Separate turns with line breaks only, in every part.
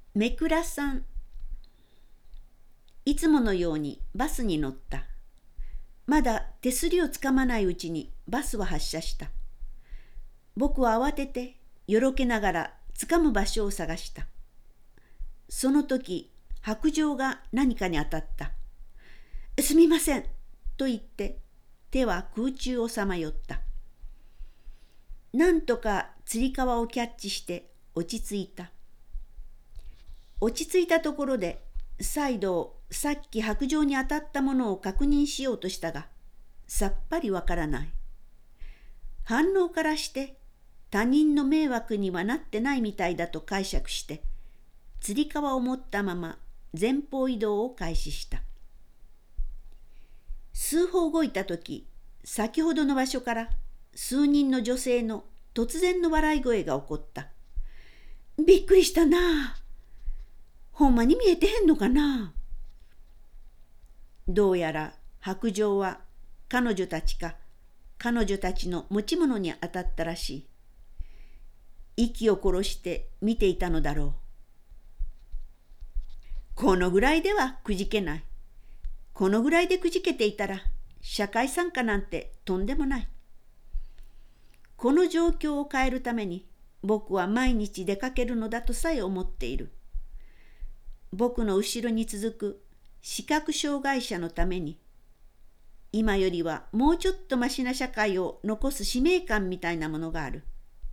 めくらさん。いつものようにバスに乗った。まだ手すりをつかまないうちにバスは発車した。僕は慌ててよろけながらつかむ場所を探した。その時、白杖が何かに当たった。すみませんと言って手は空中をさまよった。なんとかつり革をキャッチして落ち着いた。落ち着いたところで再度さっき白杖に当たったものを確認しようとしたが、さっぱりわからない。反応からして他人の迷惑にはなってないみたいだと解釈して、つり革を持ったまま前方移動を開始した。数歩動いたとき、先ほどの場所から数人の女性の突然の笑い声が起こった。びっくりしたなあ。ほんまに見えてへんのかな。どうやら白杖は彼女たちの持ち物に当たったらしい。息を殺して見ていたのだろう。このぐらいではくじけない。このぐらいでくじけていたら社会参加なんてとんでもない。この状況を変えるために僕は毎日出かけるのだとさえ思っている。僕の後ろに続く視覚障害者のために、今よりはもうちょっとマシな社会を残す使命感みたいなものがある。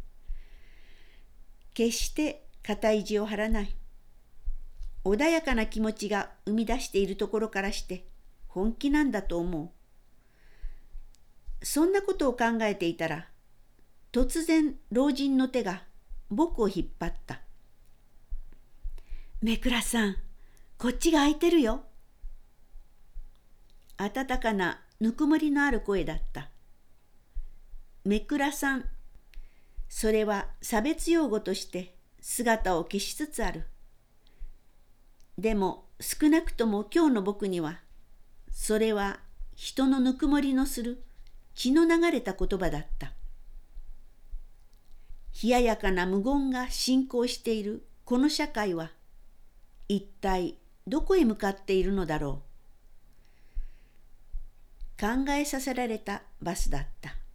決して肩意地を張らない。穏やかな気持ちが生み出しているところからして本気なんだと思う。そんなことを考えていたら、突然老人の手が僕を引っ張った。めくらさん、こっちが空いてるよ。温かなぬくもりのある声だった。めくらさん。それは差別用語として姿を消しつつある。でも少なくとも今日の僕には、それは人のぬくもりのする血の流れた言葉だった。冷ややかな無言が進行しているこの社会は、一体どこへ向かっているのだろう。考えさせられたバスだった。